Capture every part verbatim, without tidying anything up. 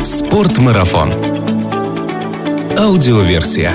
Спортмарафон. Аудиоверсия.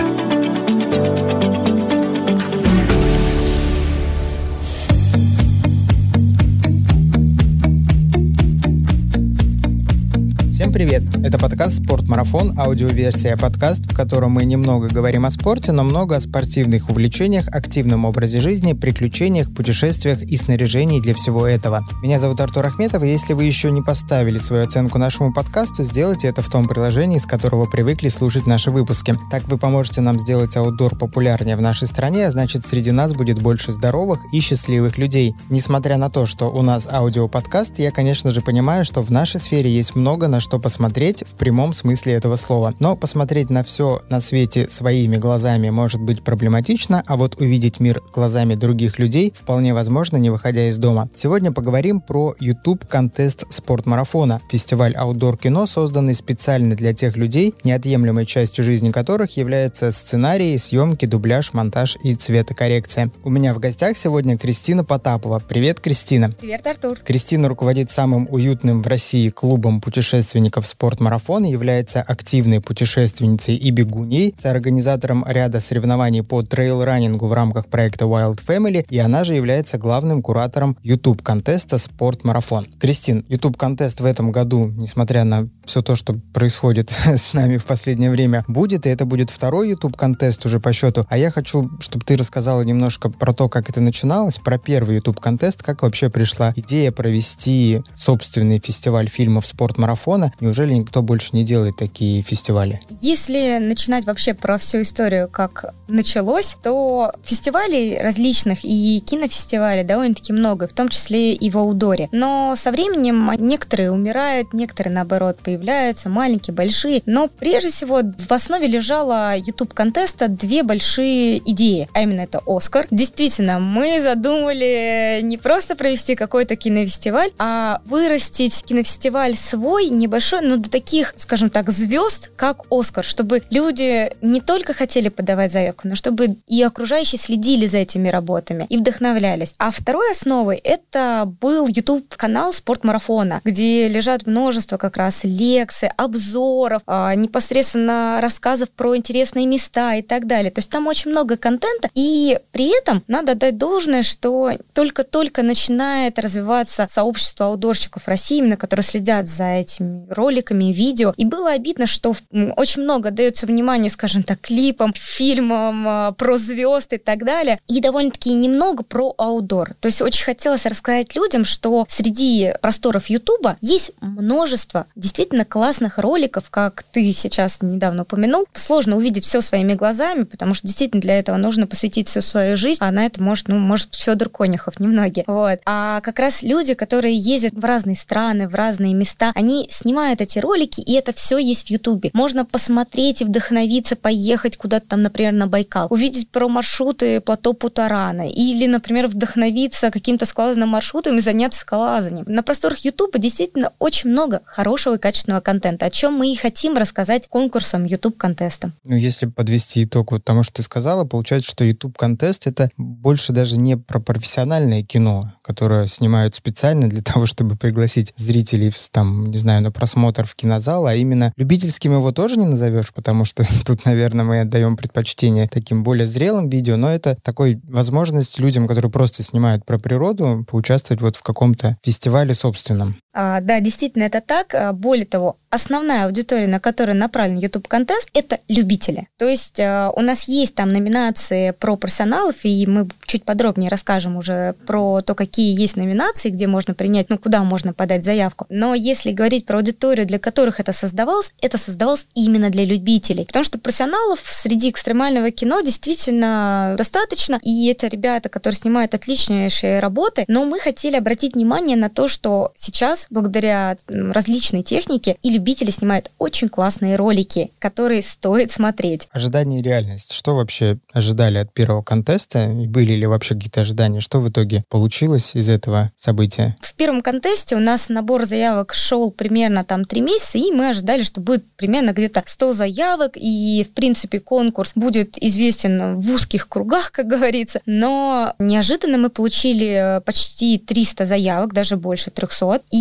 Всем привет! Это подкаст «Спортмарафон», аудиоверсия, подкаст, в котором мы немного говорим о спорте, но много о спортивных увлечениях, активном образе жизни, приключениях, путешествиях и снаряжении для всего этого. Меня зовут Артур Ахметов, и если вы еще не поставили свою оценку нашему подкасту, сделайте это в том приложении, с которого привыкли слушать наши выпуски. Так вы поможете нам сделать аутдор популярнее в нашей стране, а значит, среди нас будет больше здоровых и счастливых людей. Несмотря на то, что у нас аудиоподкаст, я, конечно же, понимаю, что в нашей сфере есть много на что посмотреть в прямом смысле этого слова. Но посмотреть на все на свете своими глазами может быть проблематично, а вот увидеть мир глазами других людей вполне возможно, не выходя из дома. Сегодня поговорим про YouTube-контест «Спортмарафона», фестиваль аутдор-кино, созданный специально для тех людей, неотъемлемой частью жизни которых является сценарий, съемки, дубляж, монтаж и цветокоррекция. У меня в гостях сегодня Кристина Потапова. Привет, Кристина. Привет, Артур. Кристина руководит самым уютным в России клубом путешественников «Спортмарафон», является активной путешественницей и бегуней, соорганизатором ряда соревнований по трейл-раннингу в рамках проекта Wild Family, и она же является главным куратором YouTube-контеста «Спортмарафон». Кристин, YouTube-контест в этом году, несмотря на все то, что происходит с нами в последнее время, будет, и это будет второй YouTube-контест уже по счету. А я хочу, чтобы ты рассказала немножко про то, как это начиналось, про первый YouTube-контест, как вообще пришла идея провести собственный фестиваль фильмов «Спортмарафона». Неужели никто больше не делает такие фестивали? Если начинать вообще про всю историю, как началось, то фестивалей различных и кинофестивалей довольно-таки много, в том числе и в аутдоре. Но со временем некоторые умирают, некоторые, наоборот, появляются, маленькие, большие. Но прежде всего в основе лежала YouTube-контеста две большие идеи, а именно это «Оскар». Действительно, мы задумали не просто провести какой-то кинофестиваль, а вырастить кинофестиваль свой, небольшой, но до таких, скажем так, звезд, как «Оскар», чтобы люди не только хотели подавать заявку, но чтобы и окружающие следили за этими работами и вдохновлялись. А второй основой это был YouTube-канал «Спортмарафона», где лежат множество как раз лекций, обзоров, непосредственно рассказов про интересные места и так далее. То есть там очень много контента, и при этом надо отдать должное, что только-только начинает развиваться сообщество аутдорщиков России, именно которые следят за этими роликами, видео. И было обидно, что очень много дается внимания, скажем так, клипам, фильмам про звезд и так далее, и довольно-таки немного про аутдор. То есть очень хотелось рассказать людям, что среди просторов Ютуба есть множество действительно классных роликов, как ты сейчас недавно упомянул. Сложно увидеть все своими глазами, потому что действительно для этого нужно посвятить всю свою жизнь, а на это может, ну, может Федор Конюхов, немногие. Вот. А как раз люди, которые ездят в разные страны, в разные места, они снимают эти ролики, и это все есть в Ютубе. Можно посмотреть и вдохновиться, поехать куда-то там, например, на Байкал, увидеть про маршруты плато Путарана, или, например, вдохновиться каким-то скалолазным маршрутом и заняться скалолазанием. На просторах Ютуба действительно очень много хорошего и качественного контента, о чем мы и хотим рассказать конкурсом YouTube-контеста. Ну, если подвести итог вот тому, что ты сказала, получается, что YouTube-контест — это больше даже не про профессиональное кино, которое снимают специально для того, чтобы пригласить зрителей, там, не знаю, на просмотр в кинозал, а именно любительским его тоже не назовешь, потому что тут, наверное, мы отдаем предпочтение таким более зрелым видео, но это такой возможность людям, которые просто снимают про природу, поучаствовать вот в каком-то фестивале собственном. А, да, действительно, это так. Более того, основная аудитория, на которую направлен YouTube-контест, это любители. То есть а, у нас есть там номинации про профессионалов, и мы чуть подробнее расскажем уже про то, какие есть номинации, где можно принять, ну, куда можно подать заявку. Но если говорить про аудиторию, для которых это создавалось, это создавалось именно для любителей. Потому что профессионалов среди экстремального кино действительно достаточно, и это ребята, которые снимают отличнейшие работы, но мы хотели обратить внимание на то, что сейчас благодаря различной технике и любители снимают очень классные ролики, которые стоит смотреть. Ожидание и реальность. Что вообще ожидали от первого контеста? Были ли вообще какие-то ожидания? Что в итоге получилось из этого события? В первом контесте у нас набор заявок шел примерно там три месяца, и мы ожидали, что будет примерно где-то сто заявок, и в принципе конкурс будет известен в узких кругах, как говорится. Но неожиданно мы получили почти триста заявок, даже больше трехсот. И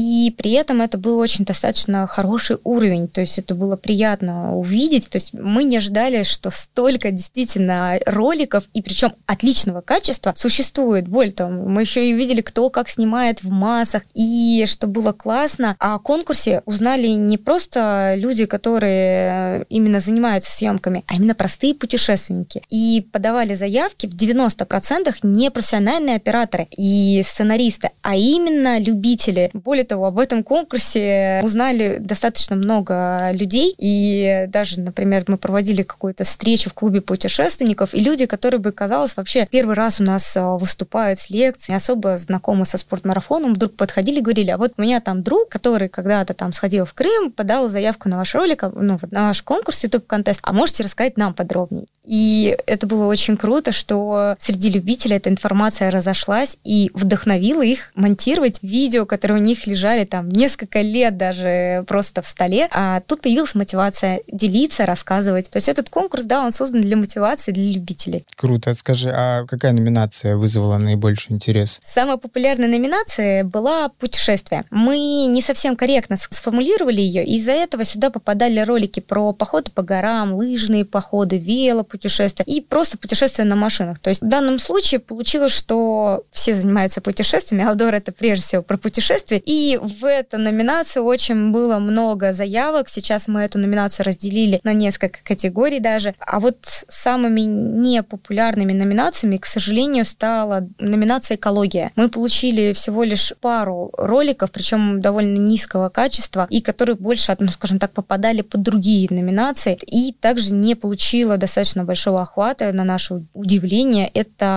и при этом это был очень достаточно хороший уровень, то есть это было приятно увидеть, то есть мы не ожидали, что столько действительно роликов, и причем отличного качества, существует. Более того, мы еще и видели, кто как снимает в массах, и что было классно, о конкурсе узнали не просто люди, которые именно занимаются съемками, а именно простые путешественники. И подавали заявки в девяноста процентах не профессиональные операторы и сценаристы, а именно любители. Более того, об этом конкурсе узнали достаточно много людей, и даже, например, мы проводили какую-то встречу в клубе путешественников, и люди, которые бы, казалось, вообще первый раз у нас выступают с лекцией, особо знакомы со спортмарафоном, вдруг подходили и говорили: а вот у меня там друг, который когда-то там сходил в Крым, подал заявку на ваш ролик, ну, на ваш конкурс, YouTube-контест, а можете рассказать нам подробнее? И это было очень круто, что среди любителей эта информация разошлась и вдохновила их монтировать видео, которые у них лежали там несколько лет даже просто в столе, а тут появилась мотивация делиться, рассказывать. То есть этот конкурс, да, он создан для мотивации, для любителей. Круто. Скажи, а какая номинация вызвала наибольший интерес? Самая популярная номинация была «Путешествие». Мы не совсем корректно сформулировали ее, и из-за этого сюда попадали ролики про походы по горам, лыжные походы, велопутешествия и просто путешествия на машинах. То есть в данном случае получилось, что все занимаются путешествиями, Outdoor — это прежде всего про путешествия, и в эту номинацию очень было много заявок. Сейчас мы эту номинацию разделили на несколько категорий даже. А вот самыми непопулярными номинациями, к сожалению, стала номинация «Экология». Мы получили всего лишь пару роликов, причем довольно низкого качества, и которые больше, ну, скажем так, попадали под другие номинации, и также не получила достаточно большого охвата, на наше удивление,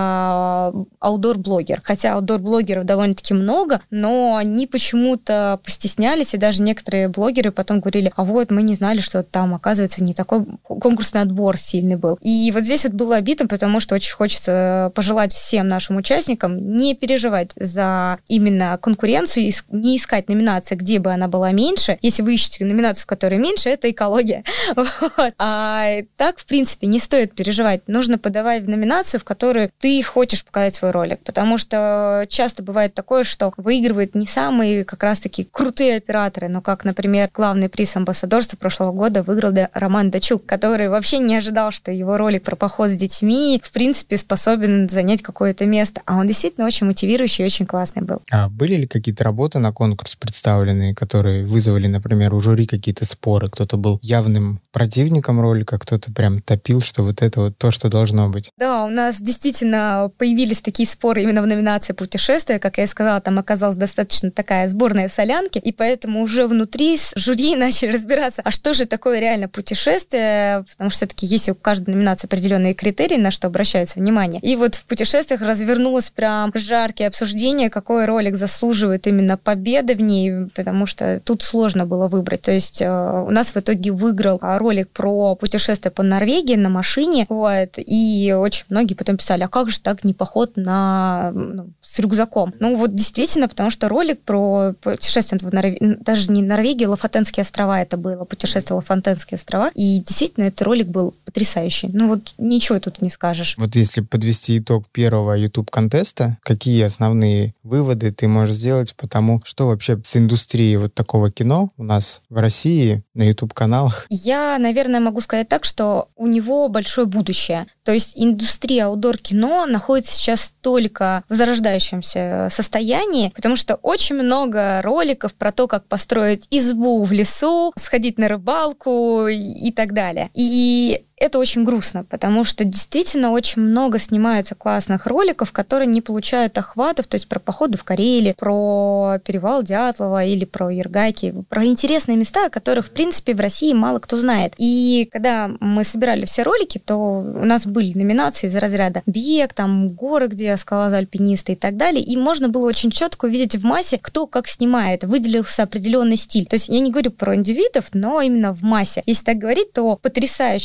это аутдор-блогер. Хотя аутдор-блогеров довольно-таки много, но они почему-то постеснялись, и даже некоторые блогеры потом говорили: а вот мы не знали, что там, оказывается, не такой конкурсный отбор сильный был. И вот здесь вот было обидно, потому что очень хочется пожелать всем нашим участникам не переживать за именно конкуренцию, не искать номинации, где бы она была меньше. Если вы ищете номинацию, которая меньше, это экология. Вот. А так, в принципе, не стоит переживать. Нужно подавать в номинацию, в которую ты хочешь показать свой ролик, потому что часто бывает такое, что выигрывают не самые как раз-таки крутые операторы, но как, например, главный приз амбассадорства прошлого года выиграл Роман Дачук, который вообще не ожидал, что его ролик про поход с детьми, в принципе, способен занять какое-то место. А он действительно очень мотивирующий и очень классный был. А были ли какие-то работы на конкурс представленные, которые вызвали, например, у жюри какие-то споры? Кто-то был явным противником ролика, кто-то прям топил, что вот это вот то, что должно быть? Да, у нас действительно появились такие споры именно в номинации «Путешествия». Как я и сказала, там оказалась достаточно такая сборная солянки, и поэтому уже внутри жюри начали разбираться, а что же такое реально путешествие, потому что все-таки есть у каждой номинации определенные критерии, на что обращается внимание. И вот в «Путешествиях» развернулось прям жаркие обсуждения, какой ролик заслуживает именно победы в ней, потому что тут сложно было выбрать. То есть э, у нас в итоге выиграл ролик про путешествие по Норвегии на машине, вот, и очень многие потом писали: а как же так не поход на, ну, с рюкзаком? Ну вот действительно, потому что ролик про путешествие в Норвегию, даже не Норвегию, Лафонтенские острова это было, путешествие Лафонтенские острова, и действительно этот ролик был потрясающий. Ну вот ничего тут не скажешь. Вот если подвести итог первого YouTube-контеста, какие основные выводы ты можешь сделать по тому, что вообще с индустрией вот такого кино у нас в России на YouTube-каналах? Я, наверное, могу сказать так, что у него большое будущее. То есть индустрия аутдор-кино находится сейчас только в зарождающемся состоянии, потому что очень много роликов про то, как построить избу в лесу, сходить на рыбалку и так далее. И это очень грустно, потому что действительно очень много снимается классных роликов, которые не получают охватов, то есть про походы в Карелии, про перевал Дятлова или про Ергайки, про интересные места, о которых, в принципе, в России мало кто знает. И когда мы собирали все ролики, то у нас были номинации из разряда бег, там горы, где скалолазы, альпинисты и так далее, и можно было очень четко увидеть в массе, кто как снимает, выделился определенный стиль. То есть я не говорю про индивидов, но именно в массе. Если так говорить, то потрясающий просто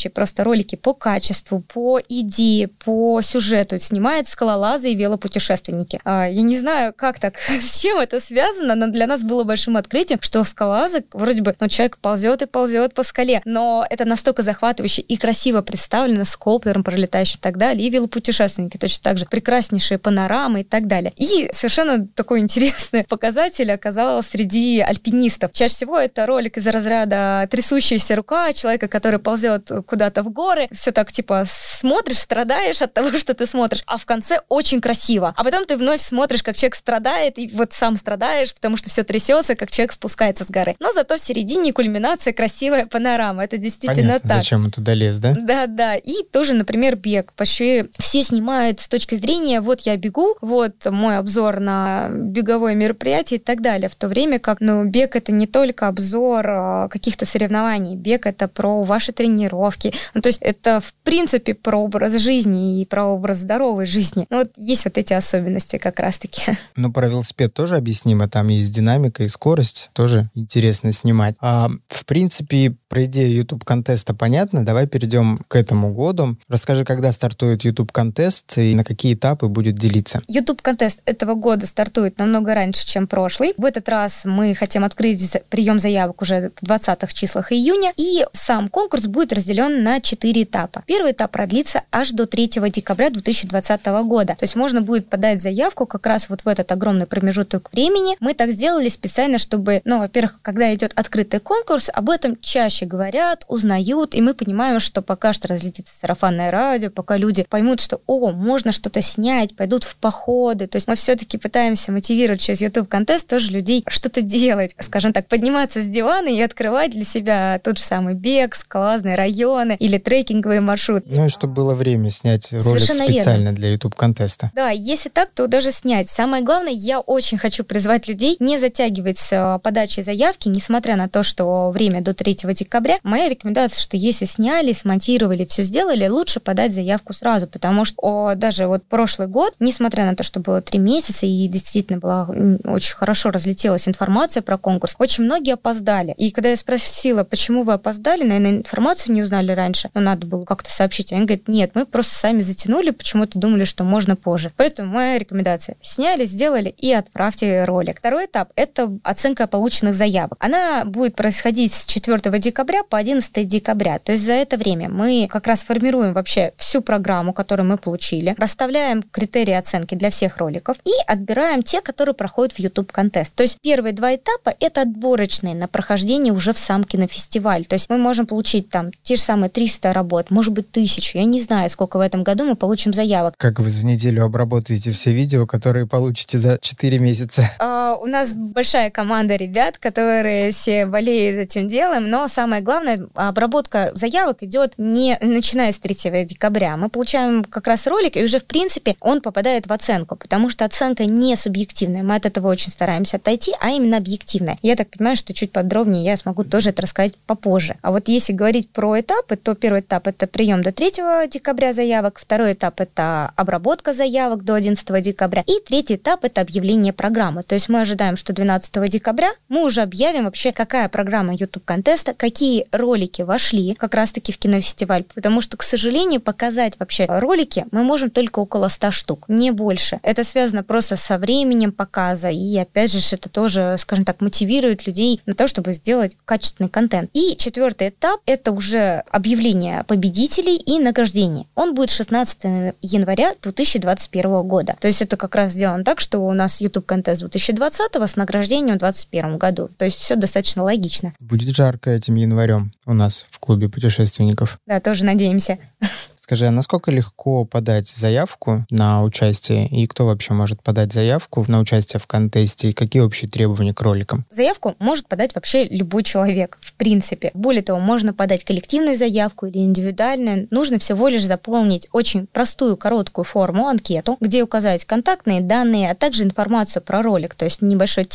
ролики по качеству, по идее, по сюжету снимают скалолазы и велопутешественники. А, я не знаю, как так, с чем это связано, но для нас было большим открытием, что скалолазы, вроде бы, ну, человек ползет и ползет по скале, но это настолько захватывающе и красиво представлено с коптером пролетающим и так далее, и велопутешественники точно так же, прекраснейшие панорамы и так далее. И совершенно такой интересный показатель оказался среди альпинистов. Чаще всего это ролик из разряда трясущаяся рука человека, который ползет куда-то в горы, все так типа смотришь, страдаешь от того, что ты смотришь, а в конце очень красиво. А потом ты вновь смотришь, как человек страдает, и вот сам страдаешь, потому что все трясется, как человек спускается с горы. Но зато в середине кульминация, красивая панорама. Это действительно Понятно, так. Зачем он туда лез, да? Да, да. И тоже, например, бег. Почти все снимают с точки зрения, вот я бегу, вот мой обзор на беговое мероприятие и так далее. В то время как, ну, бег — это не только обзор каких-то соревнований. Бег — это про ваши тренировки. Ну, то есть это, в принципе, про образ жизни и про образ здоровой жизни. Ну, вот есть вот эти особенности как раз-таки. Ну, про велосипед тоже объяснимо. Там есть динамика и скорость. Тоже интересно снимать. А, в принципе, про идею YouTube-контеста понятно. Давай перейдем к этому году. Расскажи, когда стартует YouTube-контест и на какие этапы будет делиться? YouTube-контест этого года стартует намного раньше, чем прошлый. В этот раз мы хотим открыть прием заявок уже в двадцатых числах июня. И сам конкурс будет разделен на четыре этапа. Первый этап продлится аж до третьего декабря две тысячи двадцатого года. То есть можно будет подать заявку как раз вот в этот огромный промежуток времени. Мы так сделали специально, чтобы, ну, во-первых, когда идет открытый конкурс, об этом чаще говорят, узнают, и мы понимаем, что пока что разлетится сарафанное радио, пока люди поймут, что, о, можно что-то снять, пойдут в походы. То есть мы все-таки пытаемся мотивировать через YouTube-контест тоже людей что-то делать, скажем так, подниматься с дивана и открывать для себя тот же самый бег, скалолазные районы или трекинговые маршруты. Ну и чтобы было время снять ролик Совершенно специально верно. для YouTube-контеста. Да, если так, то даже снять. Самое главное, я очень хочу призвать людей не затягивать с подачей заявки, несмотря на то, что время до третьего декабря. Моя рекомендация, что если сняли, смонтировали, все сделали, лучше подать заявку сразу, потому что о, даже вот прошлый год, несмотря на то, что было три месяца и действительно была очень хорошо разлетелась информация про конкурс, очень многие опоздали. И когда я спросила, почему вы опоздали, наверное, информацию не узнали раньше, но надо было как-то сообщить. Они говорят, нет, мы просто сами затянули, почему-то думали, что можно позже. Поэтому моя рекомендация: сняли, сделали и отправьте ролик. Второй этап — это оценка полученных заявок. Она будет происходить с четвёртого декабря по одиннадцатого декабря. То есть за это время мы как раз формируем вообще всю программу, которую мы получили, расставляем критерии оценки для всех роликов и отбираем те, которые проходят в YouTube-контест. То есть первые два этапа — это отборочные на прохождение уже в сам кинофестиваль. То есть мы можем получить там те же самые триста работ, может быть, тысячу. Я не знаю, сколько в этом году мы получим заявок. Как вы за неделю обработаете все видео, которые получите за четыре месяца? Uh, у нас большая команда ребят, которые все болеют этим делом, но самое главное, обработка заявок идет не начиная с третьего декабря. Мы получаем как раз ролик, и уже, в принципе, он попадает в оценку, потому что оценка не субъективная. Мы от этого очень стараемся отойти, а именно объективная. Я так понимаю, что чуть подробнее я смогу тоже это рассказать попозже. А вот если говорить про этапы, то первый этап — это прием до третьего декабря заявок, второй этап — это обработка заявок до одиннадцатого декабря, и третий этап — это объявление программы. То есть мы ожидаем, что двенадцатого декабря мы уже объявим вообще, какая программа YouTube-контеста, какие ролики вошли как раз-таки в кинофестиваль, потому что, к сожалению, показать вообще ролики мы можем только около ста штук, не больше. Это связано просто со временем показа, и опять же, это тоже, скажем так, мотивирует людей на то, чтобы сделать качественный контент. И четвертый этап — это уже объявление победителей и награждение. Он будет шестнадцатого января две тысячи двадцать первого года. То есть это как раз сделано так, что у нас YouTube-контест две тысячи двадцатого с награждением в двадцать первом году. То есть все достаточно логично. Будет жарко этим январем у нас в клубе путешественников. Да, тоже надеемся. Скажи, а насколько легко подать заявку на участие, и кто вообще может подать заявку на участие в контесте, и какие общие требования к роликам? Заявку может подать вообще любой человек, в принципе. Более того, можно подать коллективную заявку или индивидуальную. Нужно всего лишь заполнить очень простую, короткую форму, анкету, где указать контактные данные, а также информацию про ролик, то есть небольшой текст,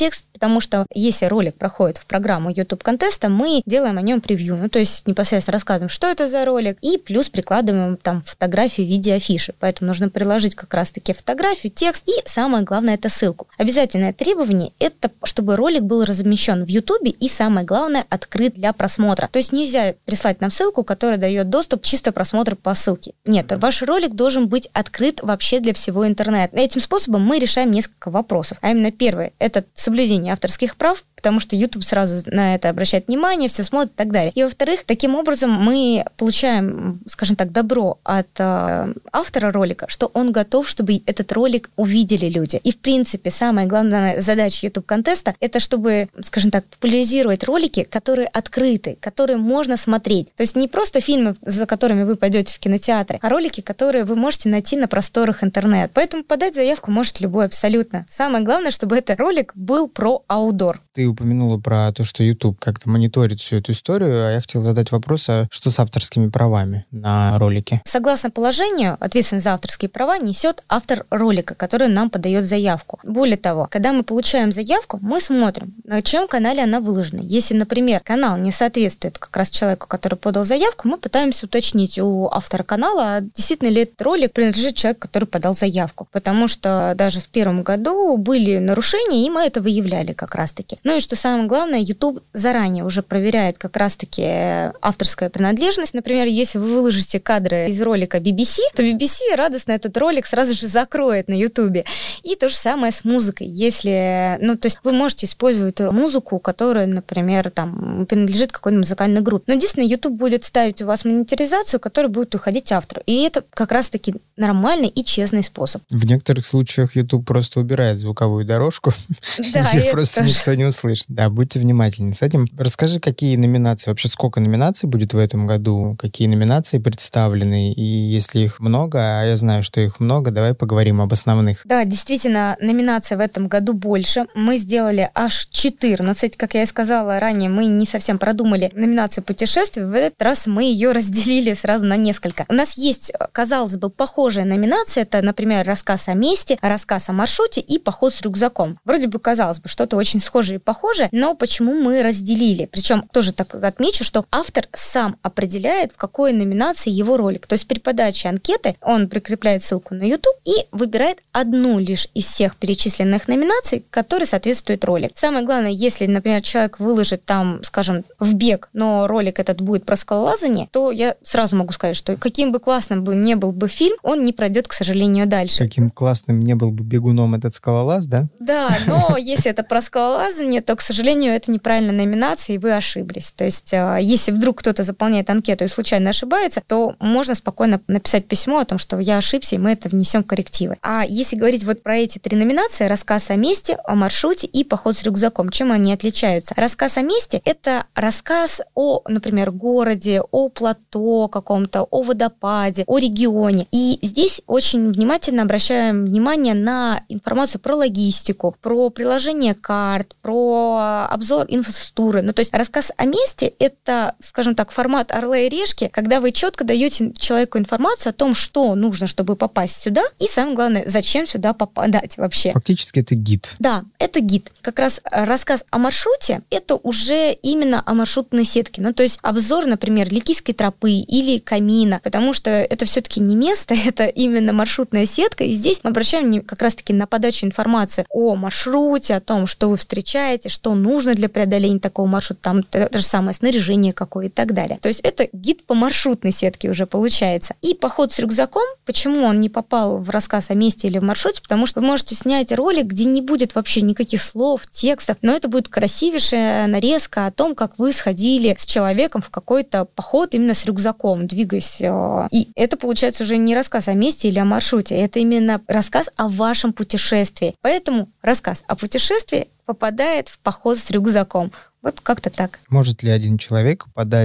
потому что если ролик проходит в программу YouTube контеста, мы делаем о нем превью, ну, то есть непосредственно рассказываем, что это за ролик, и плюс прикладываем там фотографию в виде афиши. Поэтому нужно приложить как раз-таки фотографию, текст, и самое главное, это ссылку. Обязательное требование — это чтобы ролик был размещен в YouTube и, самое главное, открыт для просмотра. То есть нельзя прислать нам ссылку, которая дает доступ чисто просмотр по ссылке. Нет, ваш ролик должен быть открыт вообще для всего интернета. Этим способом мы решаем несколько вопросов. А именно первое — это соблюдение авторских прав, потому что YouTube сразу на это обращает внимание, все смотрит и так далее. И, во-вторых, таким образом мы получаем, скажем так, добро от э, автора ролика, что он готов, чтобы этот ролик увидели люди. И, в принципе, самая главная задача YouTube-контеста — это чтобы, скажем так, популяризировать ролики, которые открыты, которые можно смотреть. То есть не просто фильмы, за которыми вы пойдете в кинотеатры, а ролики, которые вы можете найти на просторах интернета. Поэтому подать заявку может любой абсолютно. Самое главное, чтобы этот ролик был про аутдор. Ты упомянула про то, что YouTube как-то мониторит всю эту историю, а я хотел задать вопрос, а что с авторскими правами на ролике? Согласно положению, ответственность за авторские права несет автор ролика, который нам подает заявку. Более того, когда мы получаем заявку, мы смотрим, на чьем канале она выложена. Если, например, канал не соответствует как раз человеку, который подал заявку, мы пытаемся уточнить у автора канала, действительно ли этот ролик принадлежит человеку, который подал заявку. Потому что даже в первом году были нарушения, и мы это выявляли как раз-таки. Ну и что самое главное, YouTube заранее уже проверяет как раз-таки авторская принадлежность. Например, если вы выложите кадры из ролика би би си, то би би си радостно этот ролик сразу же закроет на YouTube. И то же самое с музыкой. Если, ну, то есть вы можете использовать музыку, которая, например, там, принадлежит какой-нибудь музыкальной группе. Но единственное, YouTube будет ставить у вас монетаризацию, которая будет уходить автору. И это как раз-таки нормальный и честный способ. В некоторых случаях YouTube просто убирает звуковую дорожку, да, и просто никто не услышит. Да, будьте внимательны с этим. Расскажи, какие номинации, вообще сколько номинаций будет в этом году, какие номинации представлены, и если их много, а я знаю, что их много, давай поговорим об основных. Да, действительно, номинаций в этом году больше. Мы сделали аж четырнадцать, как я и сказала ранее, мы не совсем продумали номинацию путешествий, в этот раз мы ее разделили сразу на несколько. У нас есть, казалось бы, похожая номинация, это, например, рассказ о месте, рассказ о маршруте и поход с рюкзаком. Вроде бы, казалось бы, что-то очень схожее и похожее, но почему мы разделили? Причем тоже так отмечу, что автор сам определяет, в какой номинации его ролик. То есть при подаче анкеты он прикрепляет ссылку на YouTube и выбирает одну лишь из всех перечисленных номинаций, которой соответствует ролик. Самое главное, если, например, человек выложит там, скажем, в бег, но ролик этот будет про скалолазание, то я сразу могу сказать, что каким бы классным бы не был бы фильм, он не пройдет, к сожалению, дальше. Каким классным не был бы бегуном этот скалолаз, да? Да, но если это про скалолазание, то, к сожалению, это неправильная номинация, и вы ошиблись. То есть, если вдруг кто-то заполняет анкету и случайно ошибается, то можно спокойно написать письмо о том, что я ошибся, и мы это внесем в коррективы. А если говорить вот про эти три номинации, рассказ о месте, о маршруте и поход с рюкзаком, чем они отличаются? Рассказ о месте — это рассказ о, например, городе, о плато каком-то, о водопаде, о регионе. И здесь очень внимательно обращаем внимание на информацию про логистику, про приложение карт, про обзор инфраструктуры. Ну, то есть рассказ о месте — это, скажем так, формат орла и решки, когда вы четко даете человеку информацию о том, что нужно, чтобы попасть сюда, и самое главное, зачем сюда попадать вообще. Фактически это гид. Да, это гид. Как раз рассказ о маршруте — это уже именно о маршрутной сетке. Ну, то есть обзор, например, Ликийской тропы или камина, потому что это все-таки не место, это именно маршрутная сетка, и здесь мы обращаем как раз-таки на подачу информации о маршруте, о том, что вы встречаете, что нужно для преодоления такого маршрута, там то же самое снаряжение какое и так далее. То есть это гид по маршрутной сетке уже получается. И поход с рюкзаком, почему он не попал в рассказ о месте или в маршруте, потому что вы можете снять ролик, где не будет вообще никаких слов, текстов, но это будет красивейшая нарезка о том, как вы сходили с человеком в какой-то поход именно с рюкзаком, двигаясь. И это получается уже не рассказ о месте или о маршруте, это именно рассказ о вашем путешествии. Поэтому рассказ о путешествии попадает в поход с рюкзаком. Вот как-то так. Может ли один человек подать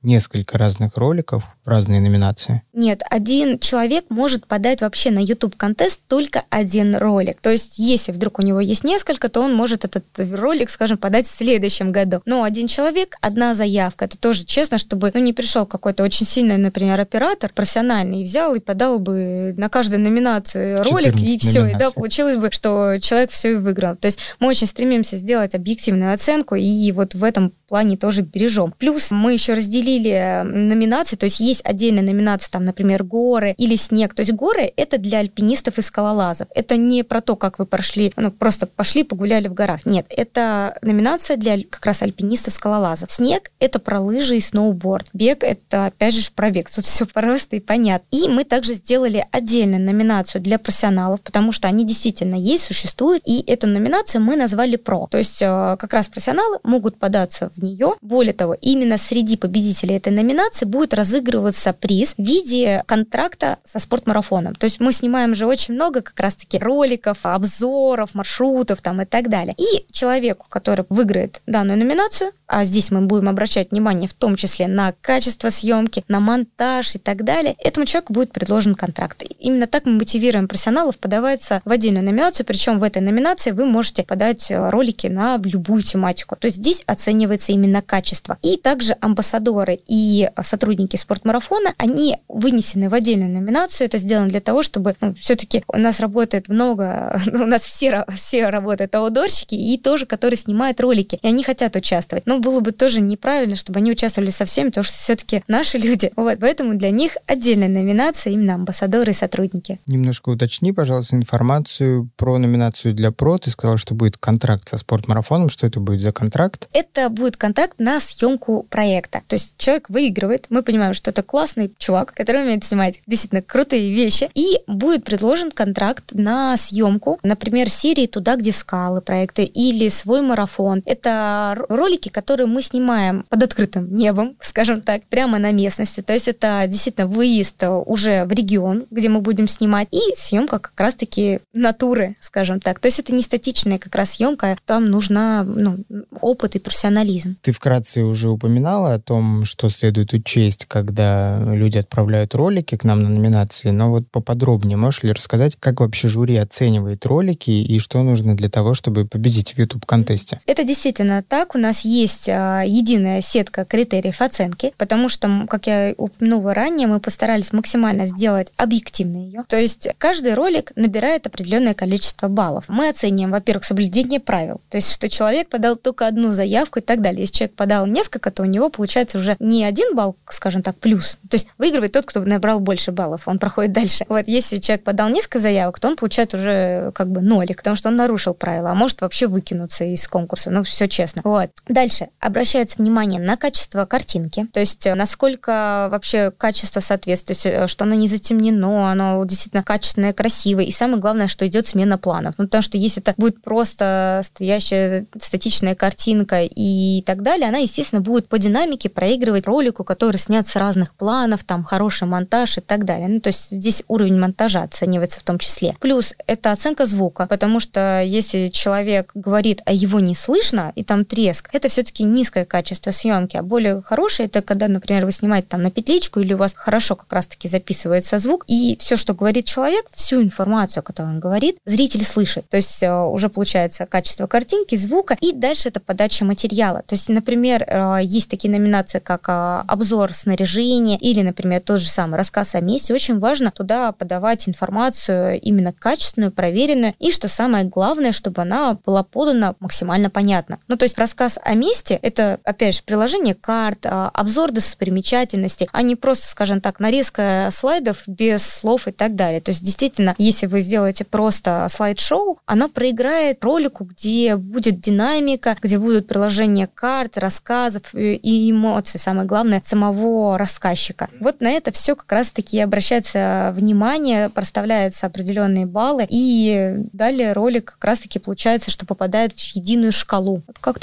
несколько разных роликов в разные номинации? Нет, один человек может подать вообще на YouTube-контест только один ролик. То есть, если вдруг у него есть несколько, то он может этот ролик, скажем, подать в следующем году. Но один человек, одна заявка. Это тоже честно, чтобы ну, не пришел какой-то очень сильный, например, оператор профессиональный и взял и подал бы на каждую номинацию ролик, и все. И да, получилось бы, что человек все и выиграл. То есть мы очень стремимся сделать объективную оценку, и вот в этом плане тоже бережем. Плюс мы еще разделили номинации, то есть есть отдельная номинация, там, например, горы или снег. То есть горы — это для альпинистов и скалолазов. Это не про то, как вы прошли, ну, просто пошли, погуляли в горах. Нет, это номинация для как раз альпинистов, скалолазов. Снег — это про лыжи и сноуборд. Бег — это, опять же, про бег. Тут все просто и понятно. И мы также сделали отдельную номинацию для профессионалов, потому что они действительно есть, существуют, и эту номинацию мы назвали «Про». То есть как раз профессионалы могут податься в нее. Более того, именно среди победителей этой номинации будет разыгрываться приз в виде контракта со спортмарафоном. То есть мы снимаем же очень много как раз-таки роликов, обзоров, маршрутов там и так далее. И человеку, который выиграет данную номинацию, а здесь мы будем обращать внимание в том числе на качество съемки, на монтаж и так далее, этому человеку будет предложен контракт. Именно так мы мотивируем профессионалов подаваться в отдельную номинацию, причем в этой номинации вы можете подать ролики на любую тематику. То есть здесь оценивается именно качество. И также амбассадоры и сотрудники спортмарафона, они вынесены в отдельную номинацию. Это сделано для того, чтобы ну, все-таки у нас работает много, у нас все, все работают аутдорщики и тоже, которые снимают ролики, и они хотят участвовать. Но было бы тоже неправильно, чтобы они участвовали со всеми, потому что все-таки наши люди. Вот, поэтому для них отдельная номинация именно амбассадоры и сотрудники. Немножко уточни, пожалуйста, информацию про номинацию для ПРО. Ты сказал, что будет контракт со спортмарафоном. Что это будет за контракт? Это будет контракт на съемку проекта. То есть человек выигрывает, мы понимаем, что это классный чувак, который умеет снимать действительно крутые вещи, и будет предложен контракт на съемку, например, серии «Туда, где скалы» проекта или «Свой марафон». Это ролики, которые мы снимаем под открытым небом, скажем так, прямо на местности. То есть это действительно выезд уже в регион, где мы будем снимать, и съемка как раз-таки натуры, скажем так. То есть это не статичная как раз съемка, там нужна ну, опыт и профессионализм. Ты вкратце уже упоминала о том, что следует учесть, когда люди отправляют ролики к нам на номинации, но вот поподробнее можешь ли рассказать, как вообще жюри оценивает ролики и что нужно для того, чтобы победить в YouTube-контесте? Это действительно так. У нас есть а, единая сетка критериев оценки, потому что, как я упомянула ранее, мы постарались максимально сделать объективно ее. То есть каждый ролик набирает определенное количество баллов. Мы оцениваем, во-первых, соблюдение правил, то есть что человек подал только одну заявку и так далее. Если человек подал несколько, то у него получается уже не один балл, скажем так, плюс. То есть выигрывает тот, кто набрал больше баллов, он проходит дальше. Вот если человек подал несколько заявок, то он получает уже как бы нолик, потому что он нарушил правила, а может вообще выкинуться из конкурса. Ну, все честно. Вот. Дальше обращается внимание на качество картинки, то есть насколько вообще качество соответствует, то есть, что оно не затемнено, оно действительно качественное, красивое, и самое главное, что идет смена планов. Ну, потому что если это будет просто стоящая статичная картинка и так далее, она, естественно, будет по динамике проигрывать ролику, который снят с разных планов, там хороший монтаж и так далее. Ну, то есть здесь уровень монтажа оценивается в том числе. Плюс это оценка звука, потому что если человек говорит, а его не слышно, и там треск, это все-таки низкое качество съемки, а более хорошее, это когда, например, вы снимаете там на петличку, или у вас хорошо как раз-таки записывается звук, и все, что говорит человек, всю информацию, которую он говорит, зритель слышит. То есть уже получается качество картинки, звука, и дальше это подача материала. То есть, например, есть такие номинации, как обзор снаряжения, или, например, тот же самый рассказ о месте. Очень важно туда подавать информацию именно качественную, проверенную, и, что самое главное, чтобы она была подана максимально понятно. Ну, то есть рассказ о месте — это, опять же, приложение карт, обзор достопримечательностей, а не просто, скажем так, нарезка слайдов без слов и так далее. То есть, действительно, если вы сделаете просто слайд-шоу, оно проиграет ролику, где будет динамика, где будут приложения карт, рассказов и эмоций, самое главное, самого рассказчика. Вот на это все как раз-таки обращается внимание, проставляются определенные баллы, и далее ролик как раз-таки получается, что попадает в единую шкалу. Вот как-то так.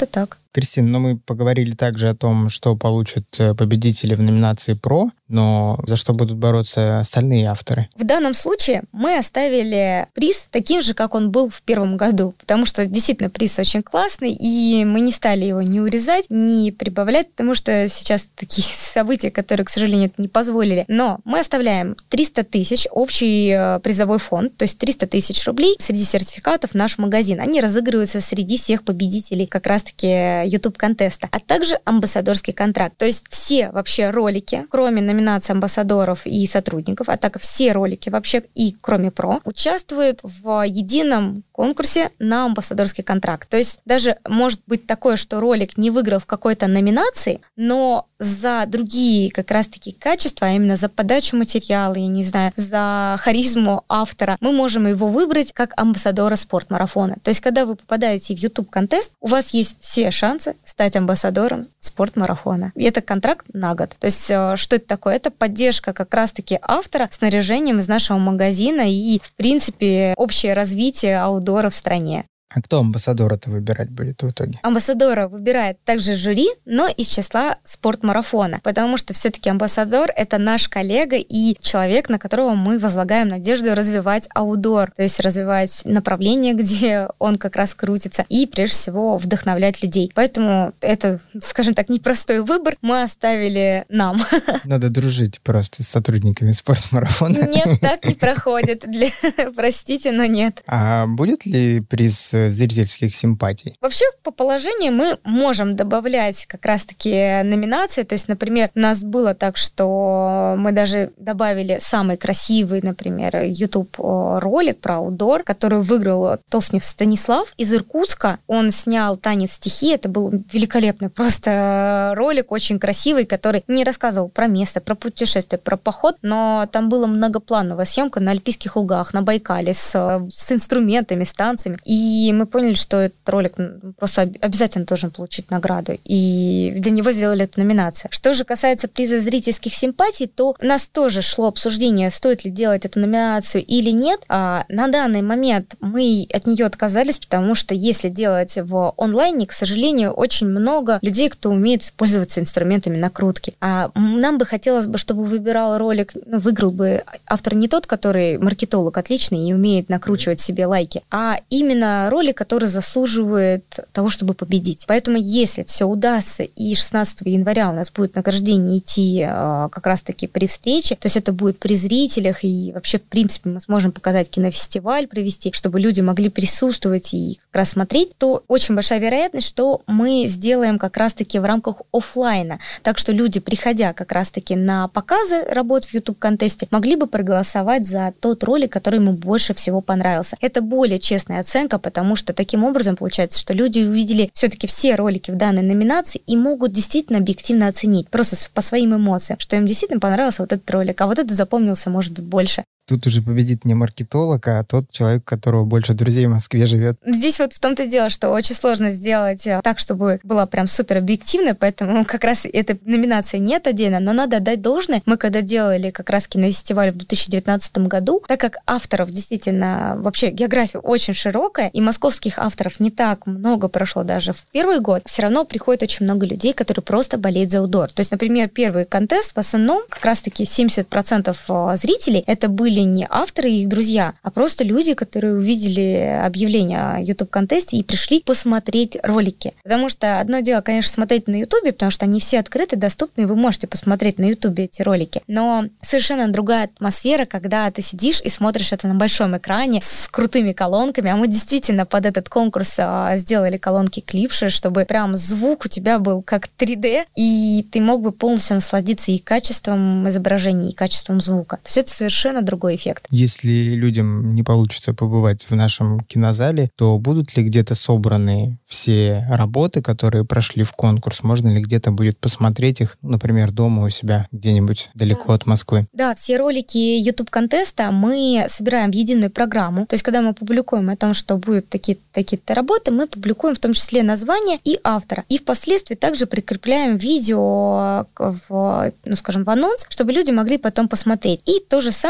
Кристина, ну мы поговорили также о том, что получат победители в номинации «Про», но за что будут бороться остальные авторы? В данном случае мы оставили приз таким же, как он был в первом году, потому что действительно приз очень классный, и мы не стали его ни урезать, ни прибавлять, потому что сейчас такие события, которые, к сожалению, это не позволили. Но мы оставляем триста тысяч общий призовой фонд, то есть триста тысяч рублей среди сертификатов наш магазин. Они разыгрываются среди всех победителей как раз-таки YouTube-контеста, а также амбассадорский контракт. То есть все вообще ролики, кроме номинации амбассадоров и сотрудников, а так все ролики вообще и кроме ПРО, участвуют в едином конкурсе на амбассадорский контракт. То есть даже может быть такое, что ролик не выиграл в какой-то номинации, но за другие как раз-таки качества, а именно за подачу материала, я не знаю, за харизму автора, мы можем его выбрать как амбассадора спортмарафона. То есть когда вы попадаете в YouTube-контест, у вас есть все шансы стать амбассадором спортмарафона. И это контракт на год. То есть что это такое? Это поддержка как раз-таки автора снаряжением из нашего магазина и, в принципе, общее развитие аутдора в стране. А кто амбассадора-то выбирать будет в итоге? Амбассадора выбирает также жюри, но из числа спортмарафона, потому что все-таки амбассадор — это наш коллега и человек, на которого мы возлагаем надежду развивать аутдор, то есть развивать направление, где он как раз крутится, и прежде всего вдохновлять людей. Поэтому это, скажем так, непростой выбор мы оставили нам. Надо дружить просто с сотрудниками спортмарафона. Нет, так не проходит. Для... Простите, но нет. А будет ли приз зрительских симпатий? Вообще, по положению мы можем добавлять как раз-таки номинации. То есть, например, у нас было так, что мы даже добавили самый красивый, например, YouTube-ролик про аутдор, который выиграл Толснев Станислав из Иркутска. Он снял «Танец стихии». Это был великолепный просто ролик, очень красивый, который не рассказывал про место, про путешествие, про поход, но там была многоплановая съемка на Альпийских лугах, на Байкале, с, с инструментами, с танцами. И мы поняли, что этот ролик просто обязательно должен получить награду. И для него сделали эту номинацию. Что же касается приза зрительских симпатий, то у нас тоже шло обсуждение, стоит ли делать эту номинацию или нет. А на данный момент мы от нее отказались, потому что если делать в онлайне, к сожалению, очень много людей, кто умеет пользоваться инструментами накрутки. А нам бы хотелось бы, чтобы выбирал ролик, ну, выиграл бы автор не тот, который маркетолог отличный и умеет накручивать себе лайки, а именно ролик, который заслуживает того, чтобы победить. Поэтому, если все удастся, и шестнадцатого января у нас будет награждение идти э, как раз-таки при встрече, то есть это будет при зрителях, и вообще, в принципе, мы сможем показать кинофестиваль, провести, чтобы люди могли присутствовать и как раз смотреть, то очень большая вероятность, что мы сделаем как раз-таки в рамках офлайна. Так что люди, приходя как раз-таки на показы работ в YouTube-контесте, могли бы проголосовать за тот ролик, который ему больше всего понравился. Это более честная оценка, потому что таким образом получается, что люди увидели все-таки все ролики в данной номинации и могут действительно объективно оценить, просто по своим эмоциям, что им действительно понравился вот этот ролик, а вот этот запомнился, может быть, больше. Тут уже победит не маркетолог, а тот человек, у которого больше друзей в Москве живет. Здесь вот в том-то и дело, что очень сложно сделать так, чтобы была прям супер объективно, поэтому как раз эта номинация нет отдельно, но надо отдать должное. Мы когда делали как раз кинофестиваль в две тысячи девятнадцатом году, так как авторов действительно, вообще география очень широкая, и московских авторов не так много прошло даже в первый год, все равно приходит очень много людей, которые просто болеют за аутдор. То есть, например, первый контест в основном как раз-таки семьдесят процентов зрителей это были не авторы и их друзья, а просто люди, которые увидели объявление о YouTube-контесте и пришли посмотреть ролики. Потому что одно дело, конечно, смотреть на YouTube, потому что они все открыты, доступны, и вы можете посмотреть на YouTube эти ролики. Но совершенно другая атмосфера, когда ты сидишь и смотришь это на большом экране с крутыми колонками, а мы действительно под этот конкурс а, сделали колонки клипши, чтобы прям звук у тебя был как три дэ, и ты мог бы полностью насладиться и качеством изображения, и качеством звука. То есть это совершенно другой эффект. Если людям не получится побывать в нашем кинозале, то будут ли где-то собраны все работы, которые прошли в конкурс? Можно ли где-то будет посмотреть их, например, дома у себя, где-нибудь далеко да. от Москвы? Да, все ролики YouTube-контеста мы собираем в единую программу. То есть, когда мы публикуем о том, что будут такие, такие-то работы, мы публикуем в том числе название и автора. И впоследствии также прикрепляем видео в, ну, скажем, в анонс, чтобы люди могли потом посмотреть. И то же самое мы потом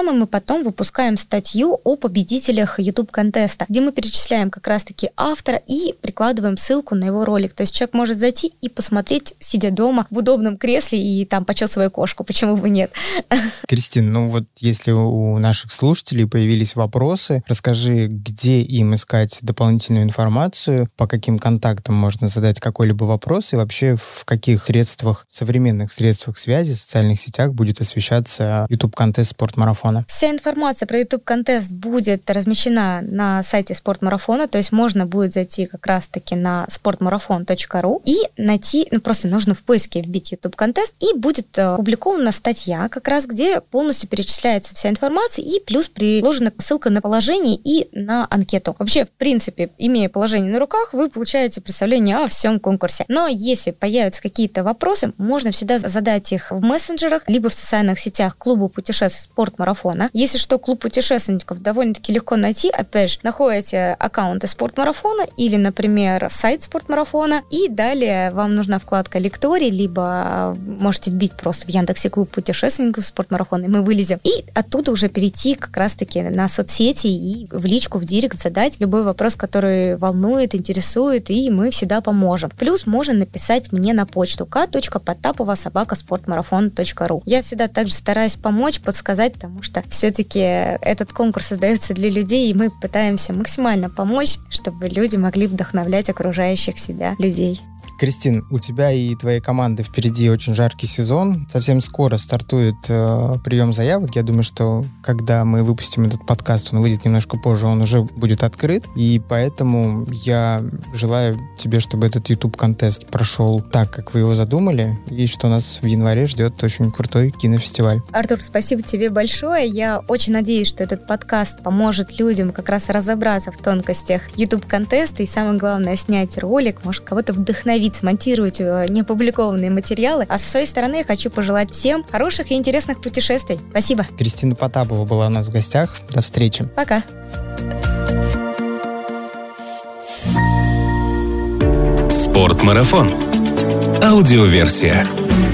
потом выпускаем статью о победителях YouTube-контеста, где мы перечисляем как раз-таки автора и прикладываем ссылку на его ролик. То есть человек может зайти и посмотреть, сидя дома в удобном кресле и там почесывая кошку. Почему бы нет? Кристин, ну вот если у наших слушателей появились вопросы, расскажи, где им искать дополнительную информацию, по каким контактам можно задать какой-либо вопрос и вообще в каких средствах, современных средствах связи, социальных сетях будет освещаться YouTube-контест спортмарафона. Вся информация про YouTube-контест будет размещена на сайте спортмарафона, то есть можно будет зайти как раз-таки на спортмарафон точка ру и найти, ну просто нужно в поиске вбить YouTube-контест, и будет опубликована статья, как раз где полностью перечисляется вся информация, и плюс приложена ссылка на положение и на анкету. Вообще, в принципе, имея положение на руках, вы получаете представление о всем конкурсе. Но если появятся какие-то вопросы, можно всегда задать их в мессенджерах, либо в социальных сетях клуба путешествий спортмарафона. Если что, клуб путешественников довольно-таки легко найти. Опять же, находите аккаунты спортмарафона или, например, сайт спортмарафона, и далее вам нужна вкладка лекторий, либо можете вбить просто в Яндексе клуб путешественников спортмарафона, и мы вылезем. И оттуда уже перейти как раз-таки на соцсети и в личку, в директ задать любой вопрос, который волнует, интересует, и мы всегда поможем. Плюс можно написать мне на почту ка точка потапова собака спортмарафон точка ру. Я всегда также стараюсь помочь, подсказать, потому что все-таки этот конкурс создается для людей, и мы пытаемся максимально помочь, чтобы люди могли вдохновлять окружающих себя людей. Кристин, у тебя и твоей команды впереди очень жаркий сезон. Совсем скоро стартует э, прием заявок. Я думаю, что когда мы выпустим этот подкаст, он выйдет немножко позже, он уже будет открыт. И поэтому я желаю тебе, чтобы этот YouTube-контест прошел так, как вы его задумали, и что нас в январе ждет очень крутой кинофестиваль. Артур, спасибо тебе большое. Я очень надеюсь, что этот подкаст поможет людям как раз разобраться в тонкостях YouTube-контеста и, самое главное, снять ролик, может, кого-то вдохновить, смонтировать неопубликованные материалы. А со своей стороны я хочу пожелать всем хороших и интересных путешествий. Спасибо. Кристина Потапова была у нас в гостях. До встречи. Пока. Спортмарафон. Аудиоверсия.